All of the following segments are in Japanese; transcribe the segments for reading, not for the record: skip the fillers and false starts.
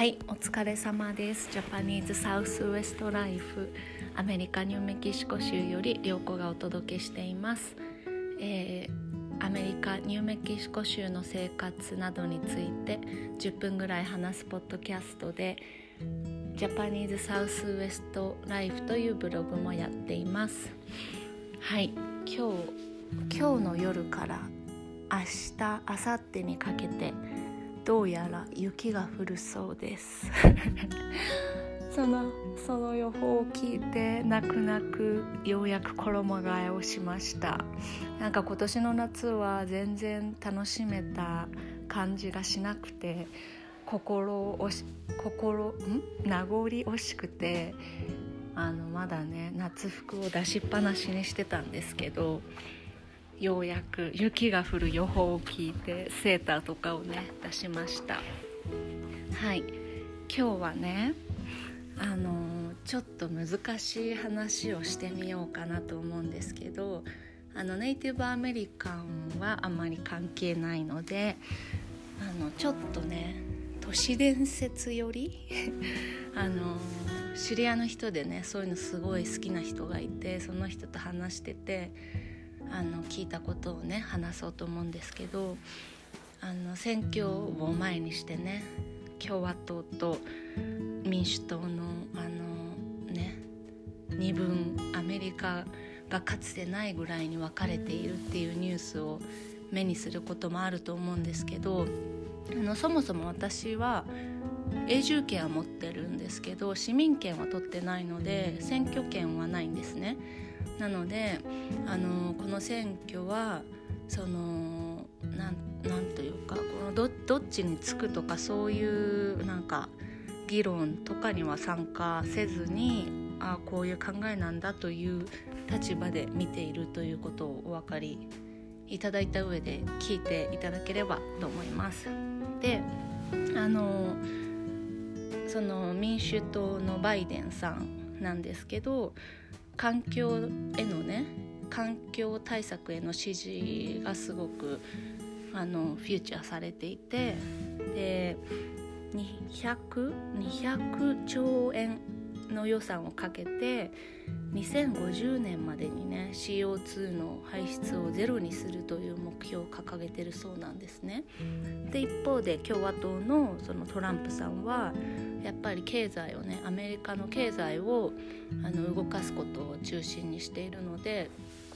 はい、お疲れ様です。ジャパニーズサウスウエストライフ、アメリカニューメキシコ州より涼子がお届けしています。アメリカニューメキシコ州の生活などについて10分ぐらい話すポッドキャストで、ジャパニーズサウスウエストライフというブログもやっています。はい、今日の夜から明日、明後日にかけてどうやら雪が降るそうですその予報を聞いて泣くようやく衣替えをしました。なんか今年の夏は全然楽しめた感じがしなくて、名残惜しくて、まだね夏服を出しっぱなしにしてたんですけど、ようやく雪が降る予報を聞いてセーターとかをね出しました。はい、今日はねちょっと難しい話をしてみようかなと思うんですけど、ネイティブアメリカンはあまり関係ないので、ちょっとね都市伝説より知り合いの人でねそういうのすごい好きな人がいて、その人と話してて聞いたことをね話そうと思うんですけど、選挙を前にしてね、共和党と民主党の二分、アメリカがかつてないぐらいに分かれているっていうニュースを目にすることもあると思うんですけど、そもそも私は永住権は持ってるんですけど、市民権は取ってないので選挙権はないんですね。なのでこの選挙はなんというか、このどっちにつくとかそういうなんか議論とかには参加せずに、こういう考えなんだという立場で見ているということをお分かりいただいた上で聞いていただければと思います。で、その民主党のバイデンさんなんですけど、環境対策への支持がすごくフューチャーされていて、で200兆円の予算をかけて2050年までにね CO2 の排出をゼロにするという目標を掲げてるそうなんですね。で一方で共和党のそのトランプさんはやっぱり経済をね、アメリカの経済を動かすことを中心にしているので、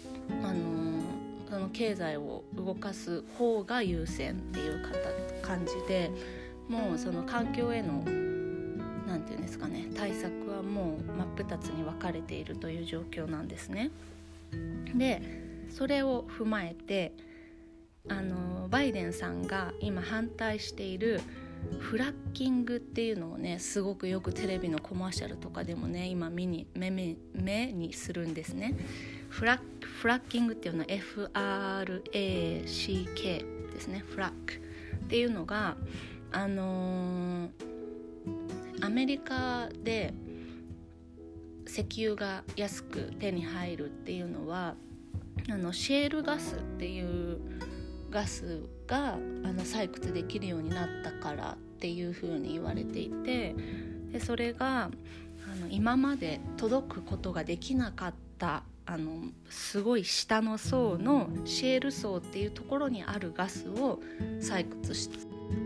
その経済を動かす方が優先っていう感じで、もうその環境へのなんていうんですかね、対策はもう真っ二つに分かれているという状況なんですね。でそれを踏まえてバイデンさんが今反対しているフラッキングっていうのをね、すごくよくテレビのコマーシャルとかでもね今目にするんですね。フラッキングっていうのは FRACK ですね。フラックっていうのがアメリカで石油が安く手に入るっていうのはシェールガスっていうガスが採掘できるようになったからっていうふうに言われていて、でそれが今まで届くことができなかったすごい下の層のシェール層っていうところにあるガスを採掘して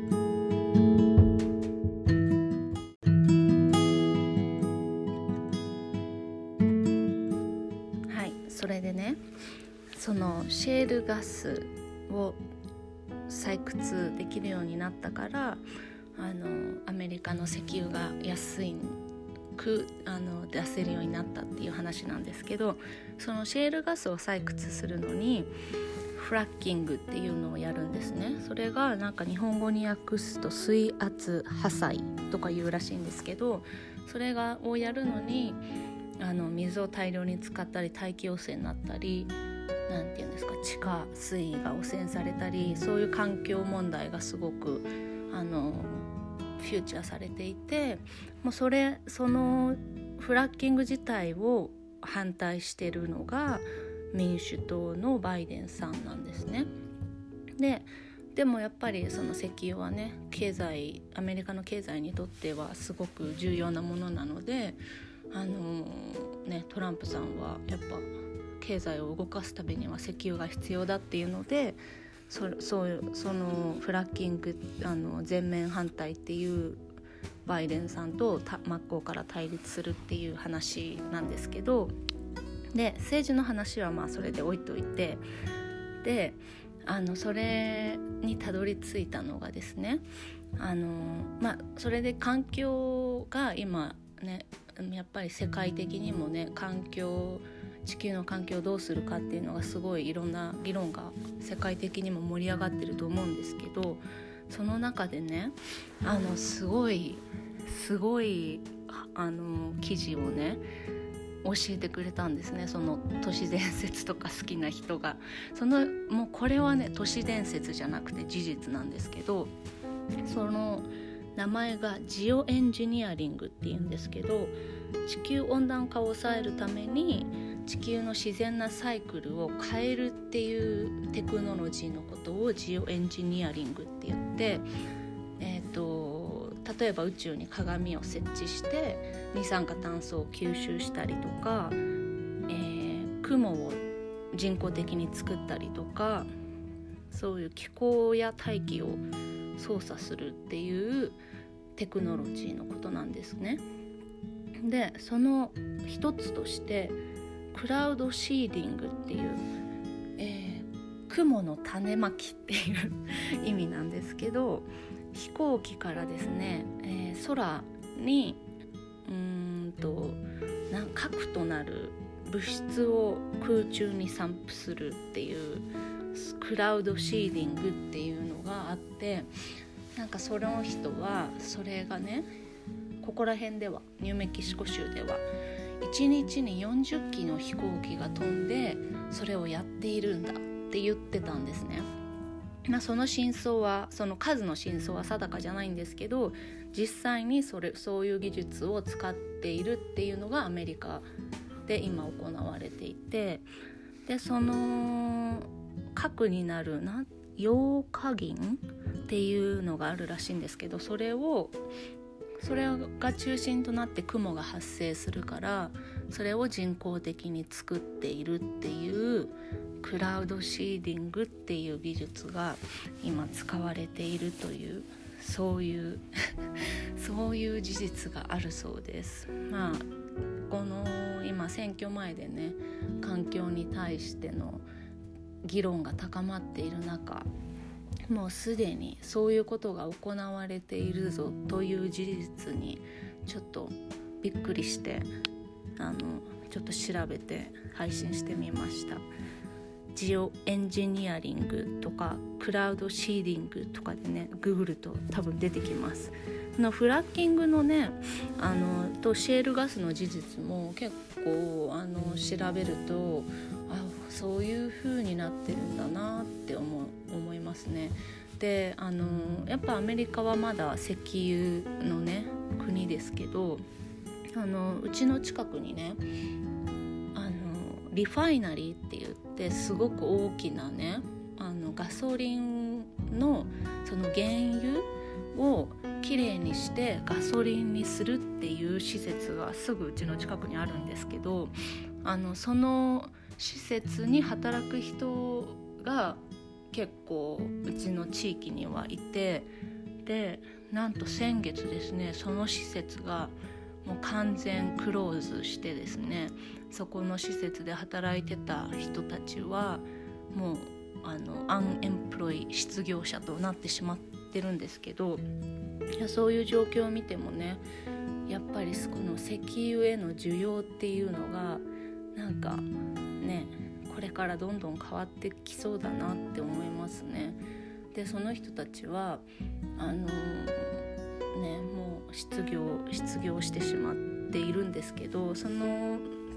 それでね、そのシェールガスを採掘できるようになったからアメリカの石油が安く出せるようになったっていう話なんですけど、そのシェールガスを採掘するのにフラッキングっていうのをやるんですね。それがなんか日本語に訳すと水圧破砕とかいうらしいんですけど、それをやるのに水を大量に使ったり大気汚染になったり、なんていうんですか、地下水が汚染されたり、そういう環境問題がすごくフューチャーされていて、もうそのフラッキング自体を反対しているのが民主党のバイデンさんなんですね。ででもやっぱりその石油はね、アメリカの経済にとってはすごく重要なものなので、トランプさんはやっぱ経済を動かすためには石油が必要だっていうので、そのフラッキング全面反対っていうバイデンさんと真っ向から対立するっていう話なんですけど、で政治の話はまあそれで置いといて、でそれにたどり着いたのがですね、それで環境が今ね、やっぱり世界的にもね、地球の環境をどうするかっていうのがすごいいろんな議論が世界的にも盛り上がってると思うんですけど、その中でね、すごい記事をね教えてくれたんですね。その都市伝説とか好きな人が、もうこれはね都市伝説じゃなくて事実なんですけど、その名前がジオエンジニアリングっていうんですけど、地球温暖化を抑えるために地球の自然なサイクルを変えるっていうテクノロジーのことをジオエンジニアリングって言って、例えば宇宙に鏡を設置して二酸化炭素を吸収したりとか、雲を人工的に作ったりとか、そういう気候や大気を操作するっていうテクノロジーのことなんですね。でその一つとしてクラウドシーディングっていう、雲の種まきっていう意味なんですけど、飛行機からですね、空に核となる物質を空中に散布するっていうクラウドシーディングっていうのがあって、なんかその人はそれがね、ここら辺ではニューメキシコ州では1日に40機の飛行機が飛んでそれをやっているんだって言ってたんですね。その数の真相は定かじゃないんですけど、実際にそういう技術を使っているっていうのがアメリカで今行われていて、でその核になるヨウ化銀っていうのがあるらしいんですけど、それが中心となって雲が発生するから、それを人工的に作っているっていうクラウドシーディングっていう技術が今使われているという、そういう事実があるそうです。この今選挙前でね、環境に対しての議論が高まっている中、もうすでにそういうことが行われているぞという事実にちょっとびっくりして、ちょっと調べて配信してみました。ジオエンジニアリングとかクラウドシーディングとかでね、ググると多分出てきます。フラッキングのね、とシェールガスの事実も結構調べると、そういう風になってるんだなって思いますね。でやっぱアメリカはまだ石油のね国ですけど、うちの近くにねリファイナリーって言ってすごく大きなねガソリンのその原油をきれいにしてガソリンにするっていう施設がすぐうちの近くにあるんですけど、その施設に働く人が結構うちの地域にはいて、でなんと先月ですね、その施設がもう完全クローズしてですね、そこの施設で働いてた人たちはもうアンエンプロイ失業者となってしまってるんですけど、そういう状況を見てもね、やっぱりこの石油への需要っていうのがなんかね、これからどんどん変わってきそうだなって思いますね。でその人たちはもう失業してしまっているんですけど、その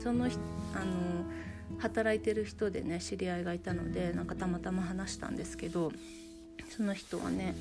働いてる人でね知り合いがいたので、なんかたまたま話したんですけど、その人はね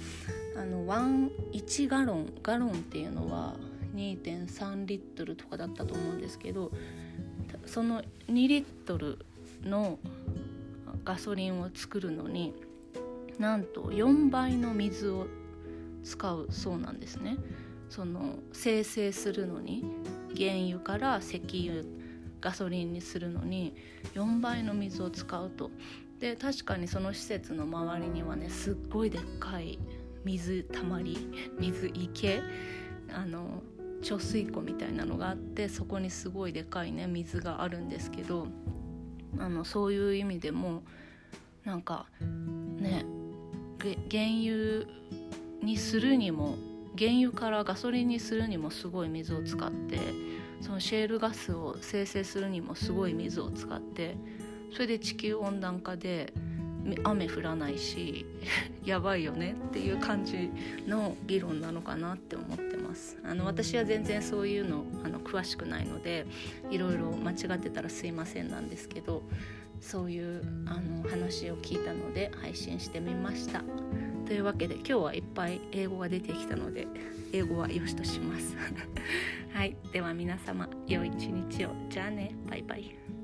1ガロンっていうのは 2.3 リットルとかだったと思うんですけど、その2リットルのガソリンを作るのになんと4倍の水を使うそうなんですね。その精製するのに、原油から石油ガソリンにするのに4倍の水を使うと。で確かにその施設の周りにはね、すっごいでっかい水たまり、水池、貯水湖みたいなのがあって、そこにすごいでかいね水があるんですけど、そういう意味でもなんかね、原油にするにも、原油からガソリンにするにもすごい水を使って、そのシェールガスを生成するにもすごい水を使って、それで地球温暖化で雨降らないしやばいよねっていう感じの議論なのかなって思ってます。私は全然そういうの詳しくないので、いろいろ間違ってたらすいませんなんですけど、そういう話を聞いたので配信してみました。というわけで今日はいっぱい英語が出てきたので、英語はよしとしますはい、では皆様良い一日を。じゃあね、バイバイ。